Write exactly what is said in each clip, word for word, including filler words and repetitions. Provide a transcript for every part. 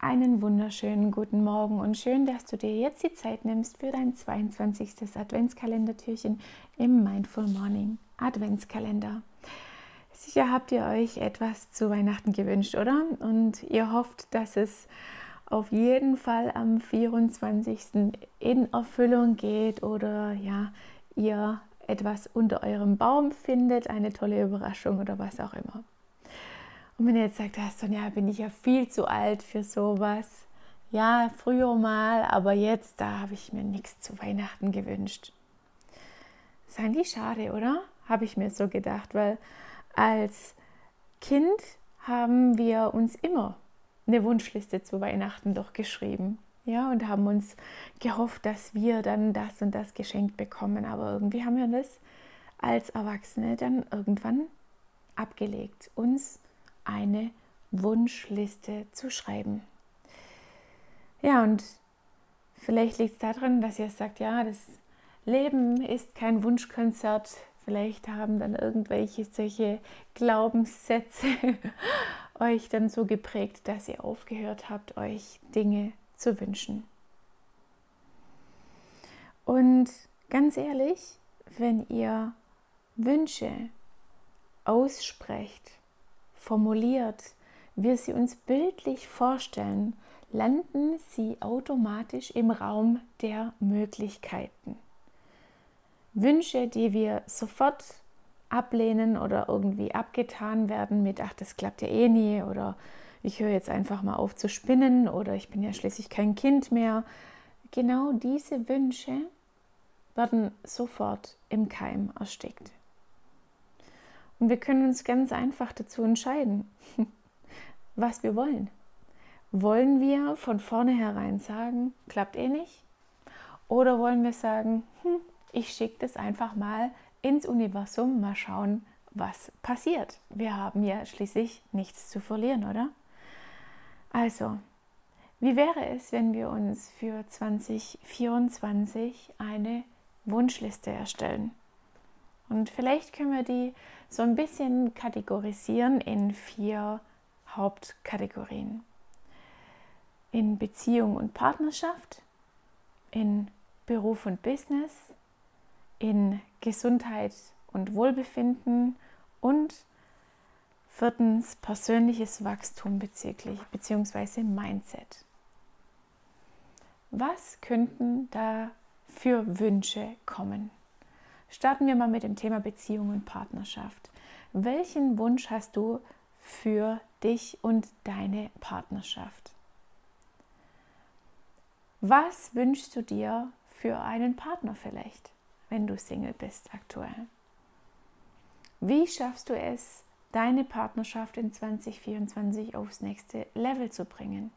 einen wunderschönen guten Morgen und schön, dass du dir jetzt die Zeit nimmst für dein zweiundzwanzigstes Adventskalendertürchen im Mindful Morning Adventskalender. Sicher habt ihr euch etwas zu Weihnachten gewünscht, oder? Und ihr hofft, dass es auf jeden Fall am vierundzwanzigsten in Erfüllung geht oder ja, ihr etwas unter eurem Baum findet, eine tolle Überraschung oder was auch immer. Und wenn ihr jetzt sagt, ah, Sonja, bin ich ja viel zu alt für sowas. Ja, früher mal, aber jetzt, da habe ich mir nichts zu Weihnachten gewünscht. Das ist eigentlich schade, oder? Habe ich mir so gedacht, weil als Kind haben wir uns immer eine Wunschliste zu Weihnachten doch geschrieben. Ja, und haben uns gehofft, dass wir dann das und das geschenkt bekommen. Aber irgendwie haben wir das als Erwachsene dann irgendwann abgelegt, uns eine Wunschliste zu schreiben. Ja, und vielleicht liegt es daran, dass ihr sagt, ja, das Leben ist kein Wunschkonzert. Vielleicht haben dann irgendwelche solche Glaubenssätze euch dann so geprägt, dass ihr aufgehört habt, euch Dinge zu wünschen. Und ganz ehrlich, wenn ihr Wünsche aussprecht, formuliert, wir sie uns bildlich vorstellen, landen sie automatisch im Raum der Möglichkeiten. Wünsche, die wir sofort ablehnen oder irgendwie abgetan werden mit, ach, das klappt ja eh nie oder ich höre jetzt einfach mal auf zu spinnen oder ich bin ja schließlich kein Kind mehr. Genau diese Wünsche werden sofort im Keim erstickt. Und wir können uns ganz einfach dazu entscheiden, was wir wollen. Wollen wir von vornherein sagen, klappt eh nicht? Oder wollen wir sagen, hm, ich schicke das einfach mal ins Universum, mal schauen, was passiert. Wir haben ja schließlich nichts zu verlieren, oder? Also, wie wäre es, wenn wir uns für zwanzig vierundzwanzig eine Wunschliste erstellen? Und vielleicht können wir die so ein bisschen kategorisieren in vier Hauptkategorien. In Beziehung und Partnerschaft, in Beruf und Business, in Gesundheit und Wohlbefinden und viertens persönliches Wachstum bezüglich bzw. Mindset. Was könnten da für Wünsche kommen? Starten wir mal mit dem Thema Beziehung und Partnerschaft. Welchen Wunsch hast du für dich und deine Partnerschaft? Was wünschst du dir für einen Partner vielleicht, wenn du Single bist aktuell? Wie schaffst du es, deine Partnerschaft in zwanzig vierundzwanzig aufs nächste Level zu bringen?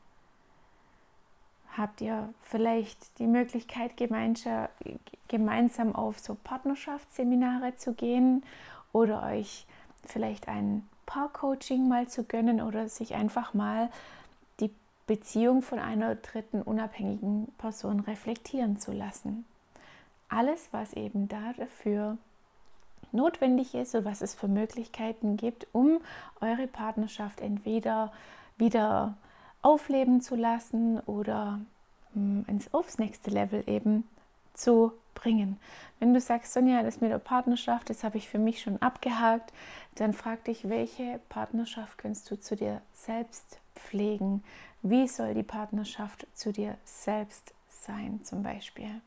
Habt ihr vielleicht die Möglichkeit, gemeinsam auf so Partnerschaftsseminare zu gehen oder euch vielleicht ein Paar-Coaching mal zu gönnen oder sich einfach mal die Beziehung von einer dritten unabhängigen Person reflektieren zu lassen? Alles, was eben dafür notwendig ist und was es für Möglichkeiten gibt, um eure Partnerschaft entweder wieder aufleben zu lassen oder mh, ins aufs nächste Level eben zu bringen. Wenn du sagst, Sonja, das mit der Partnerschaft, das habe ich für mich schon abgehakt, dann frag dich, welche Partnerschaft kannst du zu dir selbst pflegen? Wie soll die Partnerschaft zu dir selbst sein zum Beispiel?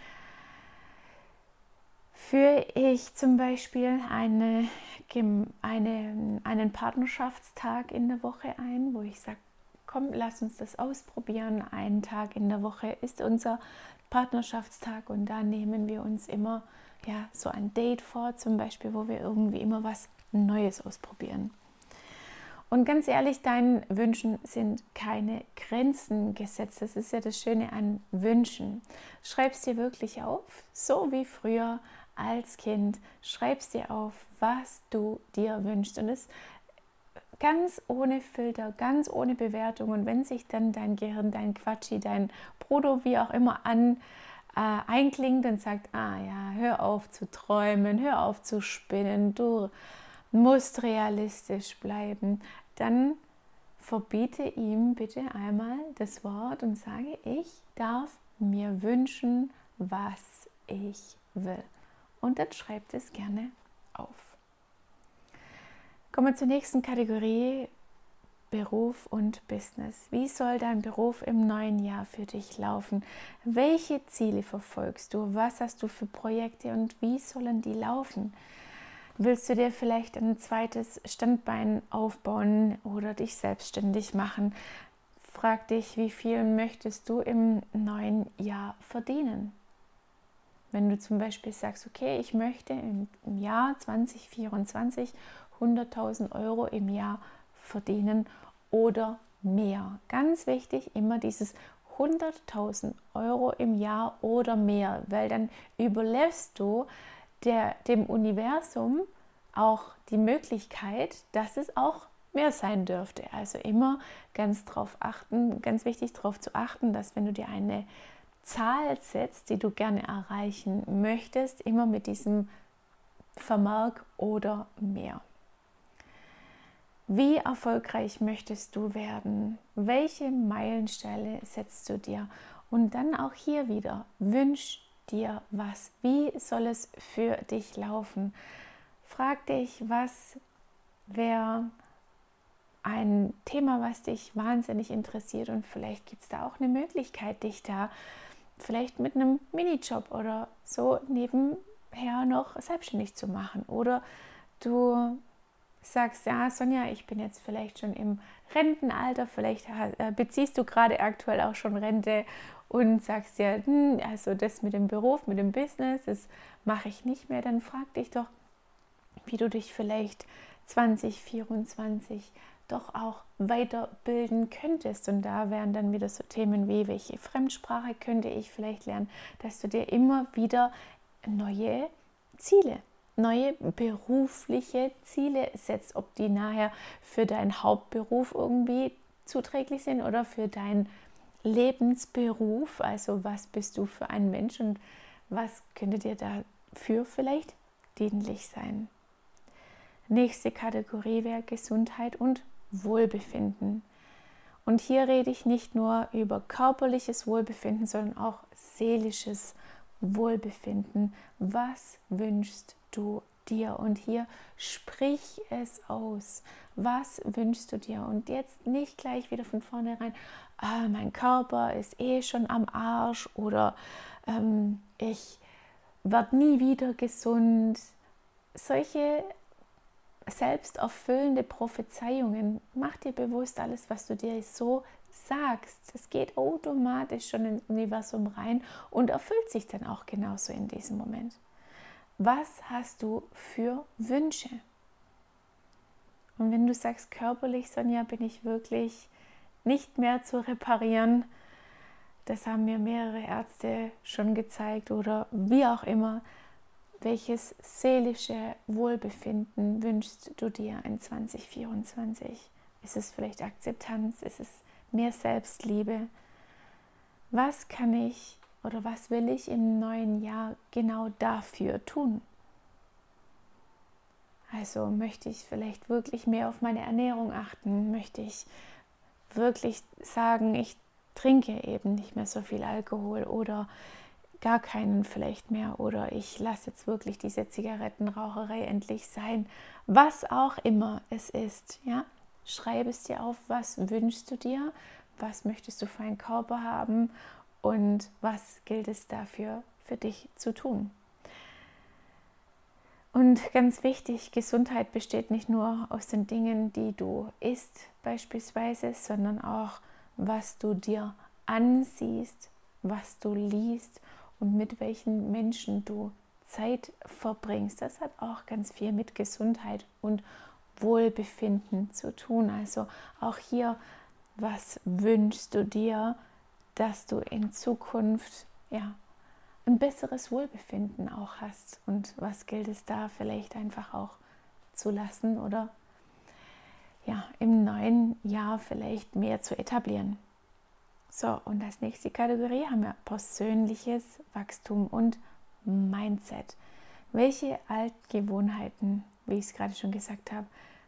Führe ich zum Beispiel eine, eine, einen Partnerschaftstag in der Woche ein, wo ich sage, komm, lass uns das ausprobieren. Einen Tag in der Woche ist unser Partnerschaftstag und da nehmen wir uns immer ja, so ein Date vor, zum Beispiel, wo wir irgendwie immer was Neues ausprobieren. Und ganz ehrlich, deinen Wünschen sind keine Grenzen gesetzt. Das ist ja das Schöne an Wünschen. Schreib es dir wirklich auf, so wie früher als Kind. Schreib es dir auf, was du dir wünschst. Und es ganz ohne Filter, ganz ohne Bewertung. Und wenn sich dann dein Gehirn, dein Quatschi, dein Proto, wie auch immer an äh, einklingt und sagt, ah ja, hör auf zu träumen, hör auf zu spinnen, du musst realistisch bleiben, dann verbiete ihm bitte einmal das Wort und sage, ich darf mir wünschen, was ich will. Und dann schreibt es gerne auf. Kommen wir zur nächsten Kategorie, Beruf und Business. Wie soll dein Beruf im neuen Jahr für dich laufen? Welche Ziele verfolgst du? Was hast du für Projekte und wie sollen die laufen? Willst du dir vielleicht ein zweites Standbein aufbauen oder dich selbstständig machen? Frag dich, wie viel möchtest du im neuen Jahr verdienen? Wenn du zum Beispiel sagst, okay, ich möchte im Jahr zwanzig vierundzwanzig hunderttausend Euro im Jahr verdienen oder mehr. Ganz wichtig, immer dieses hunderttausend Euro im Jahr oder mehr, weil dann überlässt du der, dem Universum auch die Möglichkeit, dass es auch mehr sein dürfte. Also immer ganz drauf achten, ganz wichtig darauf zu achten, dass wenn du dir eine Zahl setzt, die du gerne erreichen möchtest, immer mit diesem Vermerk oder mehr. Wie erfolgreich möchtest du werden? Welche Meilensteine setzt du dir? Und dann auch hier wieder, wünsch dir was. Wie soll es für dich laufen? Frag dich, was wäre ein Thema, was dich wahnsinnig interessiert und vielleicht gibt es da auch eine Möglichkeit, dich da vielleicht mit einem Minijob oder so nebenher noch selbstständig zu machen. Oder du sagst, ja Sonja, ich bin jetzt vielleicht schon im Rentenalter, vielleicht beziehst du gerade aktuell auch schon Rente und sagst ja, hm, also das mit dem Beruf, mit dem Business, das mache ich nicht mehr, dann frag dich doch, wie du dich vielleicht zwanzig vierundzwanzig doch auch weiterbilden könntest. Und da wären dann wieder so Themen wie, welche Fremdsprache könnte ich vielleicht lernen, dass du dir immer wieder neue Ziele, neue berufliche Ziele setzt, ob die nachher für deinen Hauptberuf irgendwie zuträglich sind oder für deinen Lebensberuf. Also was bist du für ein Mensch und was könnte dir dafür vielleicht dienlich sein? Nächste Kategorie wäre Gesundheit und Wohlbefinden. Und hier rede ich nicht nur über körperliches Wohlbefinden, sondern auch seelisches Wohlbefinden. Was wünschst du dir? Und hier sprich es aus. Was wünschst du dir? Und jetzt nicht gleich wieder von vornherein, ah, mein Körper ist eh schon am Arsch oder ähm, ich werde nie wieder gesund. Solche selbsterfüllende Prophezeiungen, mach dir bewusst, alles, was du dir so sagst, das geht automatisch schon ins Universum rein und erfüllt sich dann auch genauso in diesem Moment. Was hast du für Wünsche? Und wenn du sagst, körperlich, Sonja, bin ich wirklich nicht mehr zu reparieren, das haben mir mehrere Ärzte schon gezeigt oder wie auch immer, welches seelische Wohlbefinden wünschst du dir in zwanzig vierundzwanzig? Ist es vielleicht Akzeptanz? Ist es mehr Selbstliebe? Was kann ich oder was will ich im neuen Jahr genau dafür tun? Also möchte ich vielleicht wirklich mehr auf meine Ernährung achten? Möchte ich wirklich sagen, ich trinke eben nicht mehr so viel Alkohol oder gar keinen vielleicht mehr oder ich lasse jetzt wirklich diese Zigarettenraucherei endlich sein, was auch immer es ist, ja, schreib es dir auf, was wünschst du dir, was möchtest du für einen Körper haben und was gilt es dafür für dich zu tun. Und ganz wichtig, Gesundheit besteht nicht nur aus den Dingen, die du isst beispielsweise, sondern auch, was du dir ansiehst, was du liest und mit welchen Menschen du Zeit verbringst. Das hat auch ganz viel mit Gesundheit und Wohlbefinden zu tun. Also auch hier, was wünschst du dir, dass du in Zukunft ja, ein besseres Wohlbefinden auch hast und was gilt es da vielleicht einfach auch zu lassen oder ja, im neuen Jahr vielleicht mehr zu etablieren. So, und als nächste Kategorie haben wir persönliches Wachstum und Mindset. Welche alten Gewohnheiten, wie ich es gerade schon gesagt habe,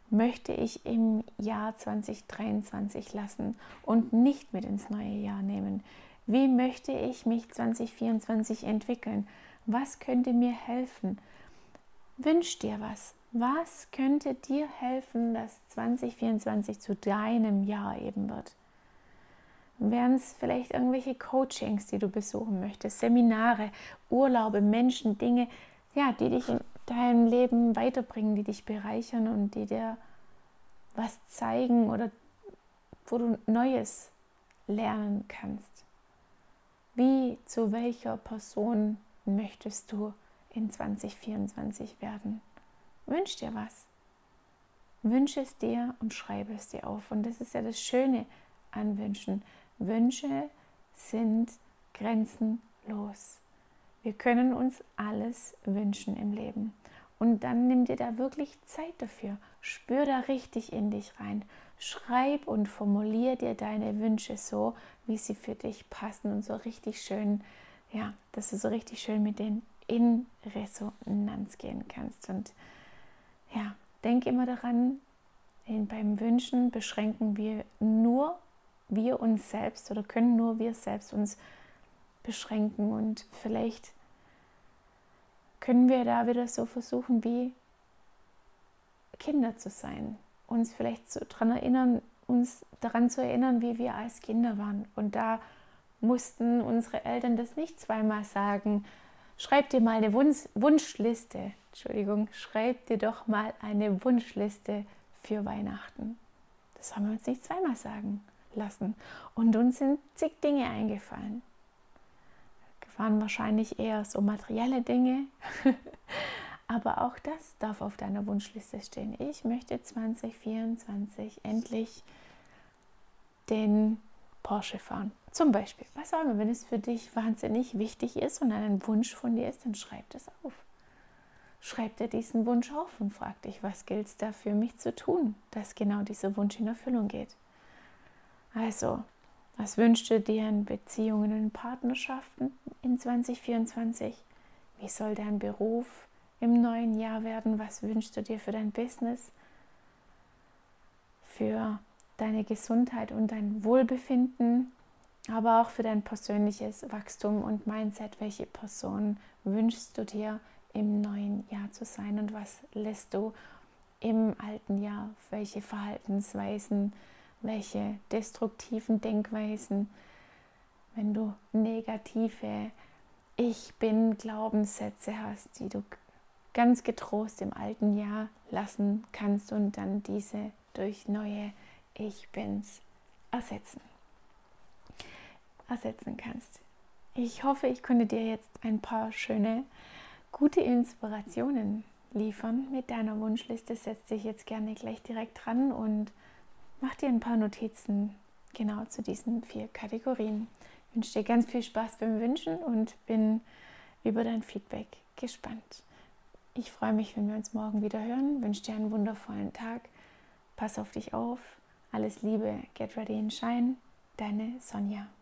möchte ich im Jahr zwanzig dreiundzwanzig lassen und nicht mit ins neue Jahr nehmen? Wie möchte ich mich zwanzig vierundzwanzig entwickeln? Was könnte mir helfen? Wünsch dir was. Was könnte dir helfen, dass zwanzig vierundzwanzig zu deinem Jahr eben wird? Wären es vielleicht irgendwelche Coachings, die du besuchen möchtest, Seminare, Urlaube, Menschen, Dinge, ja, die dich in deinem Leben weiterbringen, die dich bereichern und die dir was zeigen oder wo du Neues lernen kannst? Wie, zu welcher Person möchtest du in zwanzig vierundzwanzig werden? Wünsch dir was. Wünsche es dir und schreibe es dir auf. Und das ist ja das Schöne an Wünschen. Wünsche sind grenzenlos. Wir können uns alles wünschen im Leben. Und dann nimm dir da wirklich Zeit dafür. Spür da richtig in dich rein. Schreib und formulier dir deine Wünsche so, wie sie für dich passen und so richtig schön, ja, dass du so richtig schön mit denen in Resonanz gehen kannst. Und ja, denk immer daran, beim Wünschen beschränken wir nur wir uns selbst oder können nur wir selbst uns beschränken. Und vielleicht können wir da wieder so versuchen, wie Kinder zu sein. Uns vielleicht so daran erinnern, uns daran zu erinnern, wie wir als Kinder waren. Und da mussten unsere Eltern das nicht zweimal sagen. Schreib dir mal eine Wunsch, Wunschliste. Entschuldigung, schreib dir doch mal eine Wunschliste für Weihnachten. Das haben wir uns nicht zweimal sagen lassen. Und uns sind zig Dinge eingefallen. Das waren wahrscheinlich eher so materielle Dinge. Aber auch das darf auf deiner Wunschliste stehen. Ich möchte zwanzig vierundzwanzig endlich den Porsche fahren. Zum Beispiel. Was auch immer, wenn es für dich wahnsinnig wichtig ist und ein Wunsch von dir ist, dann schreib das auf. Schreib dir diesen Wunsch auf und frag dich, was gilt es da für mich zu tun, dass genau dieser Wunsch in Erfüllung geht. Also, was wünschst du dir in Beziehungen und Partnerschaften in zwanzig vierundzwanzig? Wie soll dein Beruf im neuen Jahr werden? Was wünschst du dir für dein Business, für deine Gesundheit und dein Wohlbefinden, aber auch für dein persönliches Wachstum und Mindset? Welche Person wünschst du dir im neuen Jahr zu sein und was lässt du im alten Jahr? Welche Verhaltensweisen, welche destruktiven Denkweisen, wenn du negative Ich bin Glaubenssätze hast, die du ganz getrost im alten Jahr lassen kannst und dann diese durch neue Ich Bins ersetzen, ersetzen kannst. Ich hoffe, ich konnte dir jetzt ein paar schöne, gute Inspirationen liefern mit deiner Wunschliste. Setz dich jetzt gerne gleich direkt dran und mach dir ein paar Notizen genau zu diesen vier Kategorien. Ich wünsche dir ganz viel Spaß beim Wünschen und bin über dein Feedback gespannt. Ich freue mich, wenn wir uns morgen wieder hören. Ich wünsche dir einen wundervollen Tag. Pass auf dich auf. Alles Liebe, get ready and shine. Deine Sonja.